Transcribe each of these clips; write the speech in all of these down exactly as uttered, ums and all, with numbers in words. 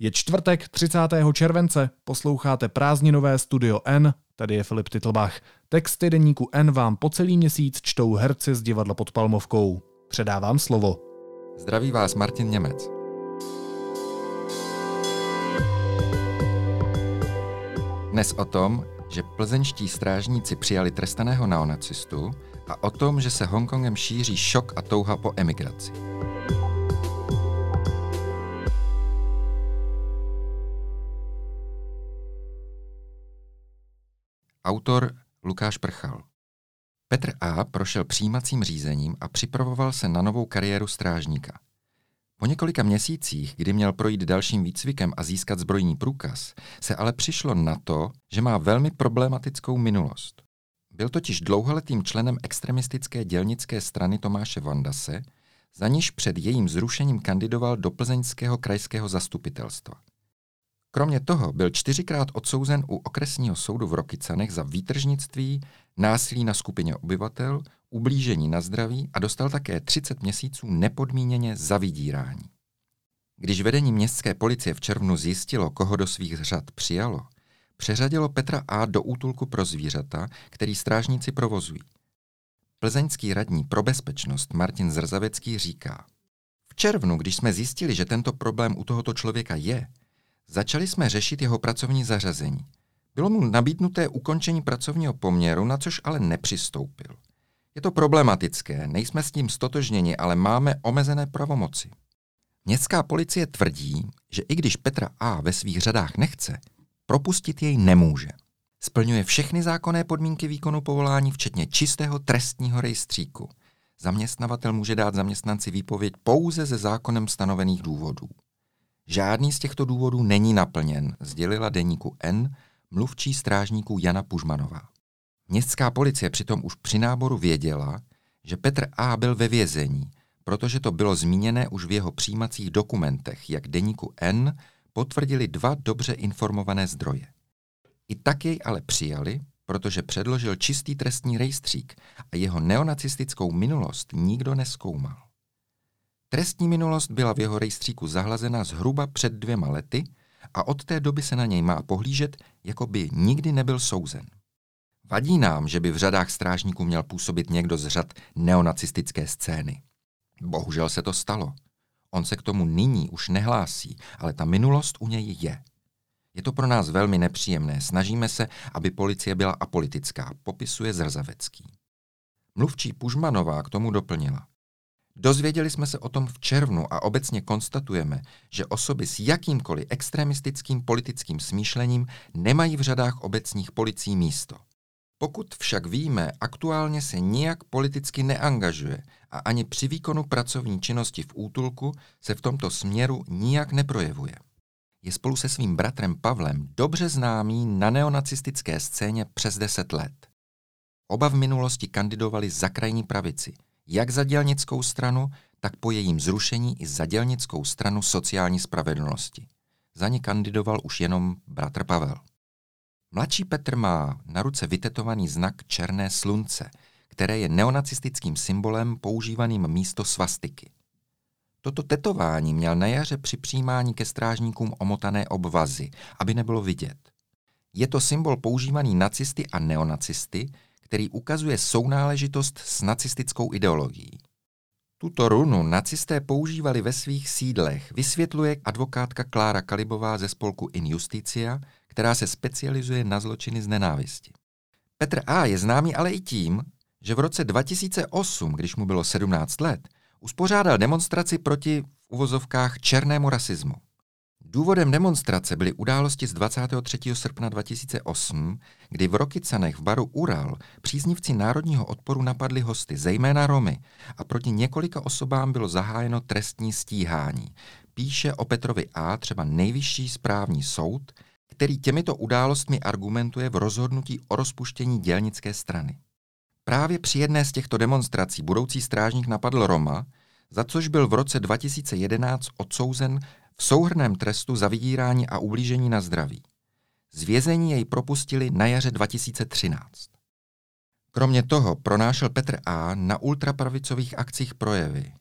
Je čtvrtek třicátého července, posloucháte prázdninové Studio N, tady je Filip Titlbach. Texty deníku N vám po celý měsíc čtou herci z divadla Pod Palmovkou. Předávám slovo. Zdraví vás Martin Němec. Dnes o tom, že plzeňští strážníci přijali trestaného neonacistu a o tom, že se Hongkongem šíří šok a touha po emigraci. Autor Lukáš Prchal. Petr A. prošel přijímacím řízením a připravoval se na novou kariéru strážníka. Po několika měsících, kdy měl projít dalším výcvikem a získat zbrojní průkaz, se ale přišlo na to, že má velmi problematickou minulost. Byl totiž dlouholetým členem extremistické dělnické strany Tomáše Vandase, za níž před jejím zrušením kandidoval do plzeňského krajského zastupitelstva. Kromě toho byl čtyřikrát odsouzen u okresního soudu v Rokycanech za výtržnictví, násilí na skupině obyvatel, ublížení na zdraví a dostal také třicet měsíců nepodmíněně za vydírání. Když vedení městské policie v červnu zjistilo, koho do svých řad přijalo, přeřadilo Petra A. do útulku pro zvířata, který strážníci provozují. Plzeňský radní pro bezpečnost Martin Zrzavecký říká: V červnu, když jsme zjistili, že tento problém u tohoto člověka je, začali jsme řešit jeho pracovní zařazení. Bylo mu nabídnuté ukončení pracovního poměru, na což ale nepřistoupil. Je to problematické, nejsme s tím stotožněni, ale máme omezené pravomoci. Městská policie tvrdí, že i když Petra A. ve svých řadách nechce, propustit jej nemůže. Splňuje všechny zákonné podmínky výkonu povolání, včetně čistého trestního rejstříku. Zaměstnavatel může dát zaměstnanci výpověď pouze ze zákonem stanovených důvodů. Žádný z těchto důvodů není naplněn, sdělila deníku N mluvčí strážníků Jana Pužmanová. Městská policie přitom už při náboru věděla, že Petr A. byl ve vězení, protože to bylo zmíněné už v jeho přijímacích dokumentech, jak deníku N potvrdili dva dobře informované zdroje. I tak jej ale přijali, protože předložil čistý trestní rejstřík a jeho neonacistickou minulost nikdo nezkoumal. Trestní minulost byla v jeho rejstříku zahlazena zhruba před dvěma lety a od té doby se na něj má pohlížet, jako by nikdy nebyl souzen. Vadí nám, že by v řadách strážníků měl působit někdo z řad neonacistické scény. Bohužel se to stalo. On se k tomu nyní už nehlásí, ale ta minulost u něj je. Je to pro nás velmi nepříjemné, snažíme se, aby policie byla apolitická, popisuje Zrzavecký. Mluvčí Pužmanová k tomu doplnila: Dozvěděli jsme se o tom v červnu a obecně konstatujeme, že osoby s jakýmkoliv extremistickým politickým smýšlením nemají v řadách obecních policií místo. Pokud však víme, aktuálně se nijak politicky neangažuje a ani při výkonu pracovní činnosti v útulku se v tomto směru nijak neprojevuje. Je spolu se svým bratrem Pavlem dobře známý na neonacistické scéně přes deset let. Oba v minulosti kandidovali za krajní pravici, jak za dělnickou stranu, tak po jejím zrušení i za dělnickou stranu sociální spravedlnosti. Za ní kandidoval už jenom bratr Pavel. Mladší Petr má na ruce vytetovaný znak černé slunce, které je neonacistickým symbolem používaným místo svastiky. Toto tetování měl na jaře při přijímání ke strážníkům omotané obvazy, aby nebylo vidět. Je to symbol používaný nacisty a neonacisty, který ukazuje sounáležitost s nacistickou ideologií. Tuto runu nacisté používali ve svých sídlech, vysvětluje advokátka Klára Kalibová ze spolku In Justitia, která se specializuje na zločiny z nenávisti. Petr A. je známý ale i tím, že v roce dva tisíce osm, když mu bylo sedmnáct let, uspořádal demonstraci proti v uvozovkách černému rasismu. Důvodem demonstrace byly události z dvacátého třetího srpna dva tisíce osm, kdy v Rokycanech v baru Ural příznivci národního odporu napadli hosty, zejména Romy, a proti několika osobám bylo zahájeno trestní stíhání. Píše o Petrovi A. třeba Nejvyšší správní soud, který těmito událostmi argumentuje v rozhodnutí o rozpuštění dělnické strany. Právě při jedné z těchto demonstrací budoucí strážník napadl Roma, za což byl v roce dva tisíce jedenáct odsouzen v souhrnném trestu za vydírání a ublížení na zdraví. Z vězení jej propustili na jaře dva tisíce třináct. Kromě toho pronášel Petr A. na ultrapravicových akcích projevy.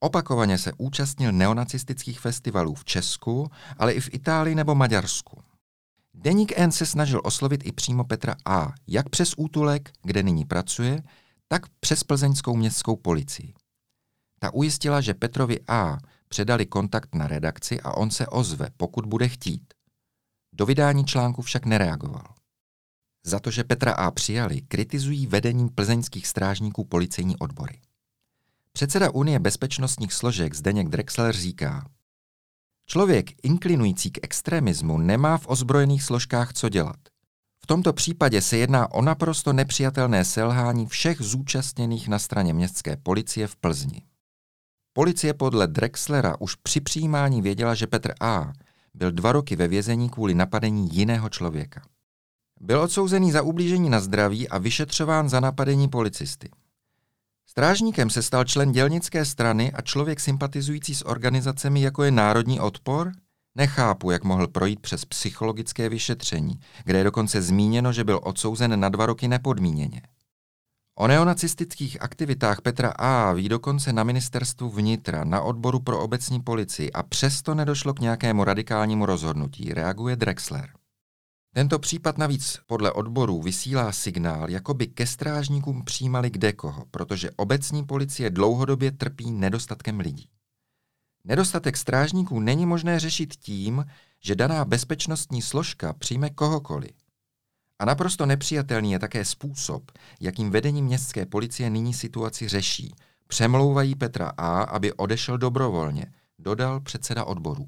Opakovaně se účastnil neonacistických festivalů v Česku, ale i v Itálii nebo Maďarsku. Deník N se snažil oslovit i přímo Petra A., jak přes útulek, kde nyní pracuje, tak přes plzeňskou městskou policii. Ta ujistila, že Petrovi A. předali kontakt na redakci a on se ozve, pokud bude chtít. Do vydání článku však nereagoval. Za to, že Petra A. přijali, kritizují vedením plzeňských strážníků policejní odbory. Předseda Unie bezpečnostních složek Zdeněk Drexler říká: Člověk inklinující k extremismu nemá v ozbrojených složkách co dělat. V tomto případě se jedná o naprosto nepřijatelné selhání všech zúčastněných na straně městské policie v Plzni. Policie podle Drexlera už při přijímání věděla, že Petr A. byl dva roky ve vězení kvůli napadení jiného člověka. Byl odsouzený za ublížení na zdraví a vyšetřován za napadení policisty. Strážníkem se stal člen dělnické strany a člověk sympatizující s organizacemi, jako je Národní odpor? Nechápu, jak mohl projít přes psychologické vyšetření, kde je dokonce zmíněno, že byl odsouzen na dva roky nepodmíněně. O neonacistických aktivitách Petra A. ví dokonce na ministerstvu vnitra, na odboru pro obecní policii a přesto nedošlo k nějakému radikálnímu rozhodnutí, reaguje Drexler. Tento případ navíc podle odborů vysílá signál, jako by ke strážníkům přijímali kdekoho, protože obecní policie dlouhodobě trpí nedostatkem lidí. Nedostatek strážníků není možné řešit tím, že daná bezpečnostní složka přijme kohokoliv. A naprosto nepřijatelný je také způsob, jakým vedení městské policie nyní situaci řeší. Přemlouvají Petra A., aby odešel dobrovolně, dodal předseda odborů.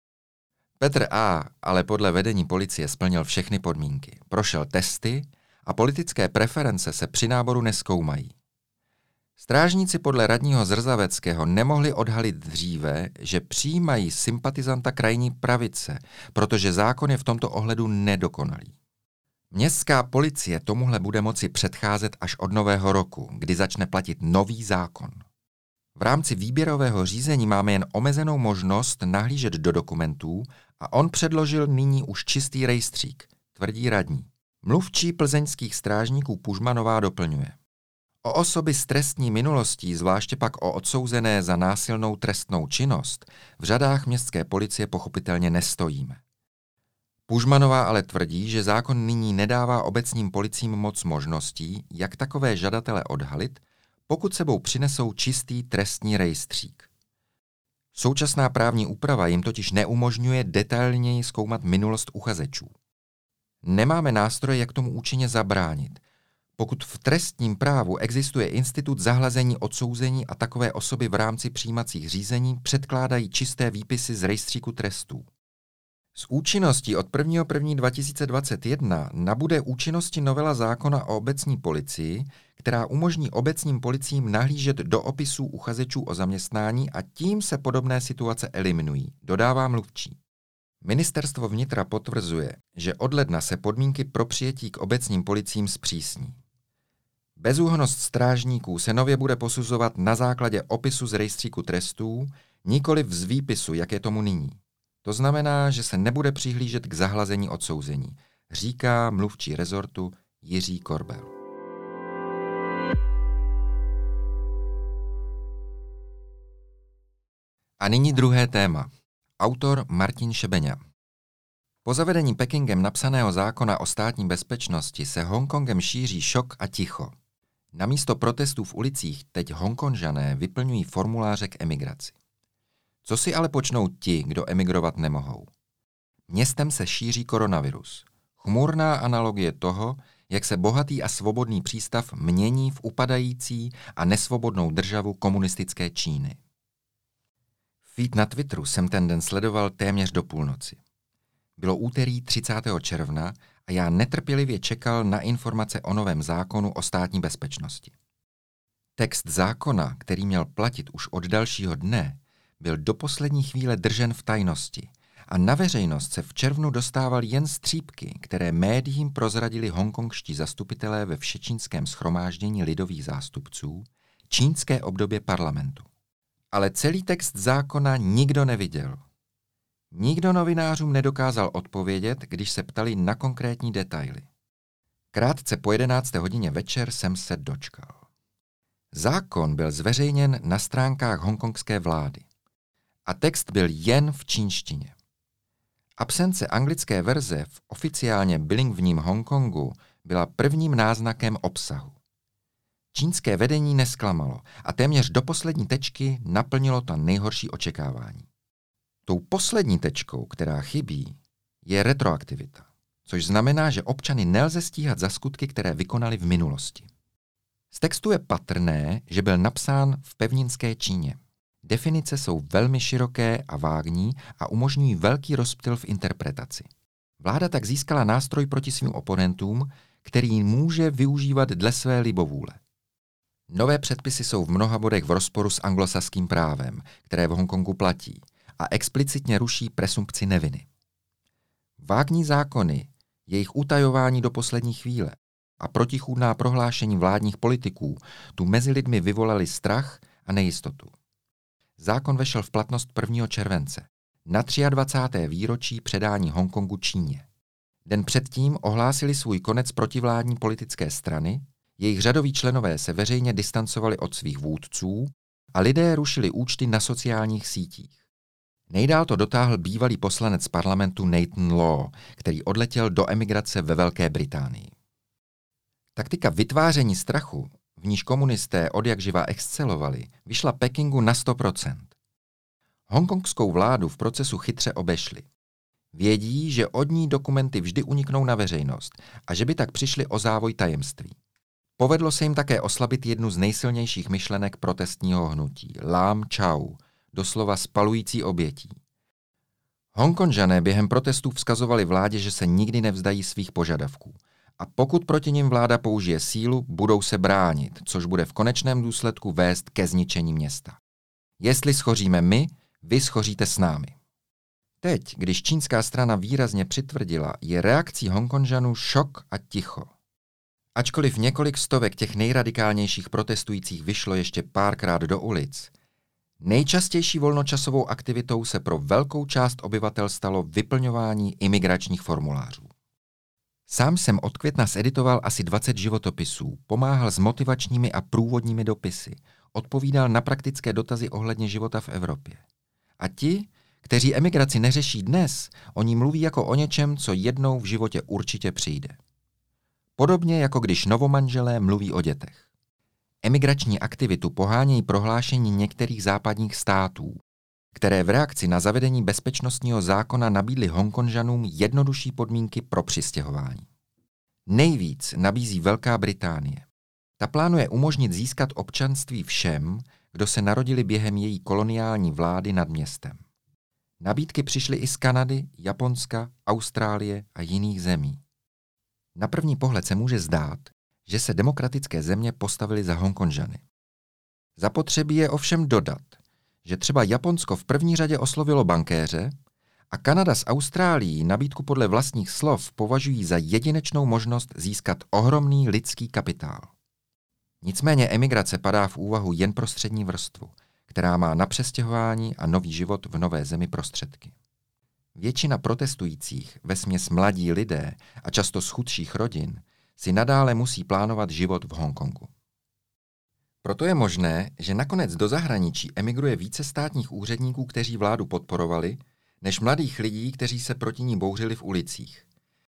Petr A. ale podle vedení policie splnil všechny podmínky. Prošel testy a politické preference se při náboru nezkoumají. Strážníci podle radního Zrzaveckého nemohli odhalit dříve, že přijímají sympatizanta krajní pravice, protože zákon je v tomto ohledu nedokonalý. Městská policie tomuhle bude moci předcházet až od nového roku, kdy začne platit nový zákon. V rámci výběrového řízení máme jen omezenou možnost nahlížet do dokumentů a on předložil nyní už čistý rejstřík, tvrdí radní. Mluvčí plzeňských strážníků Pužmanová doplňuje. O osoby s trestní minulostí, zvláště pak o odsouzené za násilnou trestnou činnost, v řadách městské policie pochopitelně nestojíme. Pužmanová ale tvrdí, že zákon nyní nedává obecním policiím moc možností, jak takové žadatele odhalit, pokud sebou přinesou čistý trestní rejstřík. Současná právní úprava jim totiž neumožňuje detailněji zkoumat minulost uchazečů. Nemáme nástroje, jak tomu účinně zabránit. Pokud v trestním právu existuje institut zahlazení odsouzení a takové osoby v rámci přijímacích řízení předkládají čisté výpisy z rejstříku trestů. S účinností od prvního prvního dva tisíce dvacet jedna nabude účinnosti novela zákona o obecní policii, která umožní obecním policiím nahlížet do opisů uchazečů o zaměstnání a tím se podobné situace eliminují, dodává mluvčí. Ministerstvo vnitra potvrzuje, že od ledna se podmínky pro přijetí k obecním policiím zpřísní. Bezúhonnost strážníků se nově bude posuzovat na základě opisu z rejstříku trestů, nikoliv z výpisu, jak je tomu nyní. To znamená, že se nebude přihlížet k zahlazení odsouzení, říká mluvčí rezortu Jiří Korbel. A nyní druhé téma. Autor Martin Šebeňa. Po zavedení Pekingem napsaného zákona o státní bezpečnosti se Hongkongem šíří šok a ticho. Namísto protestů v ulicích teď Hongkonžané vyplňují formuláře k emigraci. Co si ale počnou ti, kdo emigrovat nemohou? Městem se šíří koronavirus. Chmurná analogie toho, jak se bohatý a svobodný přístav mění v upadající a nesvobodnou državu komunistické Číny. Feed na Twitteru jsem ten den sledoval téměř do půlnoci. Bylo úterý třicátého června a já netrpělivě čekal na informace o novém zákonu o státní bezpečnosti. Text zákona, který měl platit už od dalšího dne, byl do poslední chvíle držen v tajnosti a na veřejnost se v červnu dostával jen střípky, které médiím prozradili hongkongští zastupitelé ve všečínském shromáždění lidových zástupců, čínské obdobě parlamentu. Ale celý text zákona nikdo neviděl. Nikdo novinářům nedokázal odpovědět, když se ptali na konkrétní detaily. Krátce po jedenácté hodině večer jsem se dočkal. Zákon byl zveřejněn na stránkách hongkongské vlády a text byl jen v čínštině. Absence anglické verze v oficiálně bilingvním Hongkongu byla prvním náznakem obsahu. Čínské vedení nesklamalo a téměř do poslední tečky naplnilo ta nejhorší očekávání. Tou poslední tečkou, která chybí, je retroaktivita, což znamená, že občany nelze stíhat za skutky, které vykonali v minulosti. Z textu je patrné, že byl napsán v pevninské Číně. Definice jsou velmi široké a vágní a umožňují velký rozptyl v interpretaci. Vláda tak získala nástroj proti svým oponentům, který může využívat dle své libovůle. Nové předpisy jsou v mnoha bodech v rozporu s anglosaským právem, které v Hongkongu platí, a explicitně ruší presumpci neviny. Vágní zákony, jejich utajování do poslední chvíle a protichůdná prohlášení vládních politiků tu mezi lidmi vyvolali strach a nejistotu. Zákon vešel v platnost prvního července, na dvacátého třetího výročí předání Hongkongu Číně. Den předtím ohlásili svůj konec protivládní politické strany, jejich řadoví členové se veřejně distancovali od svých vůdců a lidé rušili účty na sociálních sítích. Nejdál to dotáhl bývalý poslanec parlamentu Nathan Law, který odletěl do emigrace ve Velké Británii. Taktika vytváření strachu, v níž komunisté odjakživa excelovali, vyšla Pekingu na sto procent. Hongkongskou vládu v procesu chytře obešli. Vědí, že od ní dokumenty vždy uniknou na veřejnost a že by tak přišli o závoj tajemství. Povedlo se jim také oslabit jednu z nejsilnějších myšlenek protestního hnutí, Lám Čau, doslova spalující obětí. Hongkonžané během protestů vzkazovali vládě, že se nikdy nevzdají svých požadavků. A pokud proti nim vláda použije sílu, budou se bránit, což bude v konečném důsledku vést ke zničení města. Jestli schoříme my, vy schoříte s námi. Teď, když čínská strana výrazně přitvrdila, je reakcí Hongkonžanů šok a ticho. Ačkoliv několik stovek těch nejradikálnějších protestujících vyšlo ještě párkrát do ulic, nejčastější volnočasovou aktivitou se pro velkou část obyvatel stalo vyplňování imigračních formulářů. Sám jsem od května zeditoval asi dvacet životopisů, pomáhal s motivačními a průvodními dopisy, odpovídal na praktické dotazy ohledně života v Evropě. A ti, kteří emigraci neřeší dnes, oni mluví jako o něčem, co jednou v životě určitě přijde. Podobně jako když novomanželé mluví o dětech. Emigrační aktivitu pohánějí prohlášení některých západních států, které v reakci na zavedení bezpečnostního zákona nabídly Hongkonžanům jednodušší podmínky pro přistěhování. Nejvíc nabízí Velká Británie. Ta plánuje umožnit získat občanství všem, kdo se narodili během její koloniální vlády nad městem. Nabídky přišly i z Kanady, Japonska, Austrálie a jiných zemí. Na první pohled se může zdát, že se demokratické země postavily za Hongkonžany. Zapotřebí je ovšem dodat, že třeba Japonsko v první řadě oslovilo bankéře a Kanada s Austrálií nabídku podle vlastních slov považují za jedinečnou možnost získat ohromný lidský kapitál. Nicméně emigrace padá v úvahu jen pro střední vrstvu, která má na přestěhování a nový život v nové zemi prostředky. Většina protestujících, vesměs mladí lidé a často z chudších rodin, si nadále musí plánovat život v Hongkongu. Proto je možné, že nakonec do zahraničí emigruje více státních úředníků, kteří vládu podporovali, než mladých lidí, kteří se proti ní bouřili v ulicích.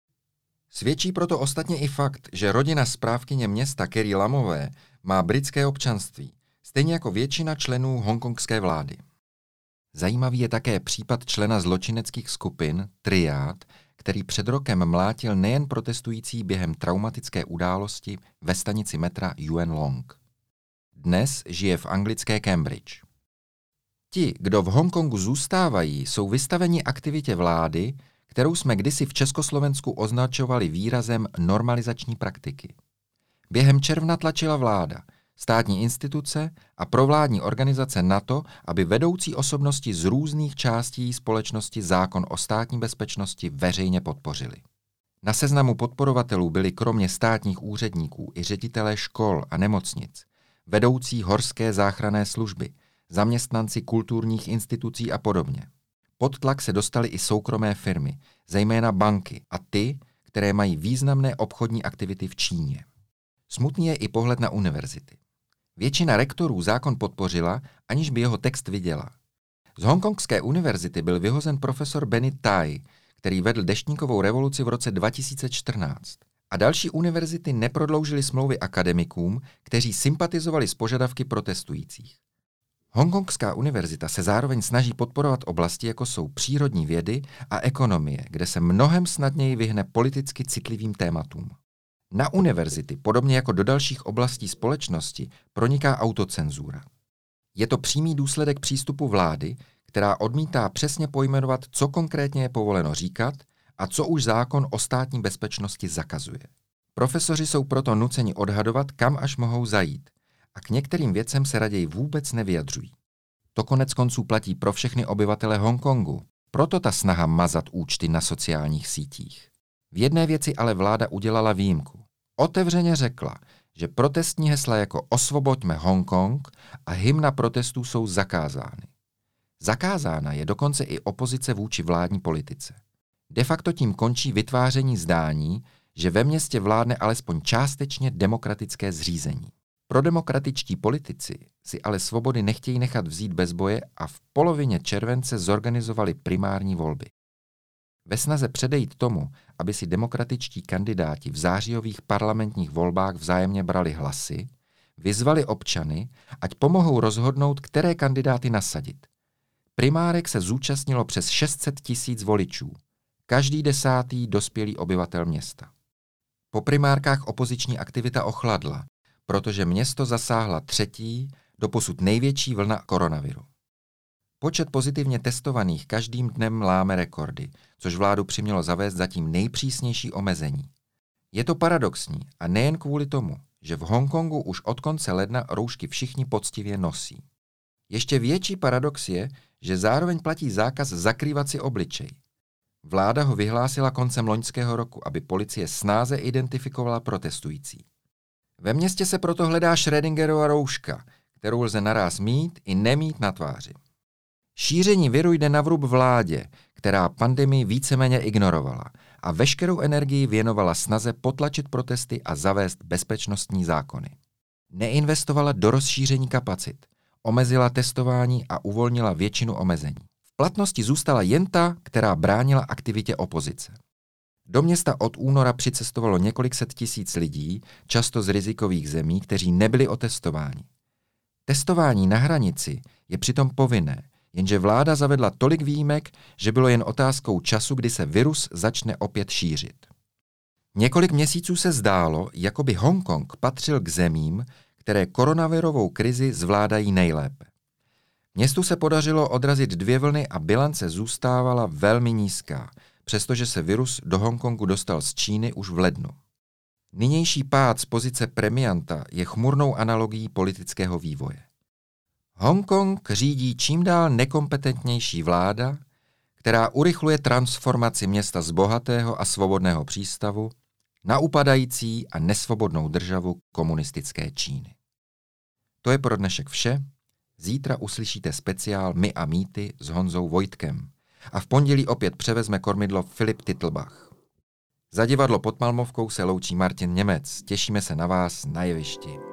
Svědčí proto ostatně i fakt, že rodina správkyně města Carrie Lamové má britské občanství, stejně jako většina členů hongkongské vlády. Zajímavý je také případ člena zločineckých skupin Triád, který před rokem mlátil nejen protestující během traumatické události ve stanici metra Yuen Long. Dnes žije v anglické Cambridge. Ti, kdo v Hongkongu zůstávají, jsou vystaveni aktivitě vlády, kterou jsme kdysi v Československu označovali výrazem normalizační praktiky. Během června tlačila vláda, státní instituce a provládní organizace na to, aby vedoucí osobnosti z různých částí společnosti zákon o státní bezpečnosti veřejně podpořili. Na seznamu podporovatelů byli kromě státních úředníků i ředitelé škol a nemocnic, vedoucí horské záchranné služby, zaměstnanci kulturních institucí a podobně. Pod tlak se dostaly i soukromé firmy, zejména banky a ty, které mají významné obchodní aktivity v Číně. Smutný je i pohled na univerzity. Většina rektorů zákon podpořila, aniž by jeho text viděla. Z Hongkongské univerzity byl vyhozen profesor Benny Tai, který vedl deštníkovou revoluci v roce dva tisíce čtrnáct. A další univerzity neprodloužily smlouvy akademikům, kteří sympatizovali s požadavky protestujících. Hongkongská univerzita se zároveň snaží podporovat oblasti, jako jsou přírodní vědy a ekonomie, kde se mnohem snadněji vyhne politicky citlivým tématům. Na univerzity, podobně jako do dalších oblastí společnosti, proniká autocenzura. Je to přímý důsledek přístupu vlády, která odmítá přesně pojmenovat, co konkrétně je povoleno říkat a co už zákon o státní bezpečnosti zakazuje. Profesoři jsou proto nuceni odhadovat, kam až mohou zajít, a k některým věcem se raději vůbec nevyjadřují. To konec konců platí pro všechny obyvatele Hongkongu, proto ta snaha mazat účty na sociálních sítích. V jedné věci ale vláda udělala výjimku. Otevřeně řekla, že protestní hesla jako Osvoboďme Hongkong a hymna protestů jsou zakázány. Zakázána je dokonce i opozice vůči vládní politice. De facto tím končí vytváření zdání, že ve městě vládne alespoň částečně demokratické zřízení. Prodemokratičtí politici si ale svobody nechtějí nechat vzít bez boje a v polovině července zorganizovali primární volby. Ve snaze předejít tomu, aby si demokratičtí kandidáti v zářijových parlamentních volbách vzájemně brali hlasy, vyzvali občany, ať pomohou rozhodnout, které kandidáty nasadit. Primárek se zúčastnilo přes šest set tisíc voličů, každý desátý dospělý obyvatel města. Po primárkách opoziční aktivita ochladla, protože město zasáhla třetí, doposud největší vlna koronaviru. Počet pozitivně testovaných každým dnem láme rekordy, což vládu přimělo zavést zatím nejpřísnější omezení. Je to paradoxní a nejen kvůli tomu, že v Hongkongu už od konce ledna roušky všichni poctivě nosí. Ještě větší paradox je, že zároveň platí zákaz zakrývat si obličej. Vláda ho vyhlásila koncem loňského roku, aby policie snáze identifikovala protestující. Ve městě se proto hledá Schrödingerova rouška, kterou lze naráz mít i nemít na tváři. Šíření viru jde na vrub vládě, která pandemii víceméně ignorovala a veškerou energii věnovala snaze potlačit protesty a zavést bezpečnostní zákony. Neinvestovala do rozšíření kapacit, omezila testování a uvolnila většinu omezení. V platnosti zůstala jen ta, která bránila aktivitě opozice. Do města od února přicestovalo několik set tisíc lidí, často z rizikových zemí, kteří nebyli otestováni. Testování na hranici je přitom povinné, jenže vláda zavedla tolik výjimek, že bylo jen otázkou času, kdy se virus začne opět šířit. Několik měsíců se zdálo, jako by Hongkong patřil k zemím, které koronavirovou krizi zvládají nejlépe. Městu se podařilo odrazit dvě vlny a bilance zůstávala velmi nízká, přestože se virus do Hongkongu dostal z Číny už v lednu. Nynější pád z pozice premianta je chmurnou analogií politického vývoje. Hongkong řídí čím dál nekompetentnější vláda, která urychluje transformaci města z bohatého a svobodného přístavu na upadající a nesvobodnou državu komunistické Číny. To je pro dnešek vše. Zítra uslyšíte speciál My a mýty s Honzou Vojtkem a v pondělí opět převezme kormidlo Filip Titlbach. Za divadlo pod Malmovkou se loučí Martin Němec. Těšíme se na vás na jevišti.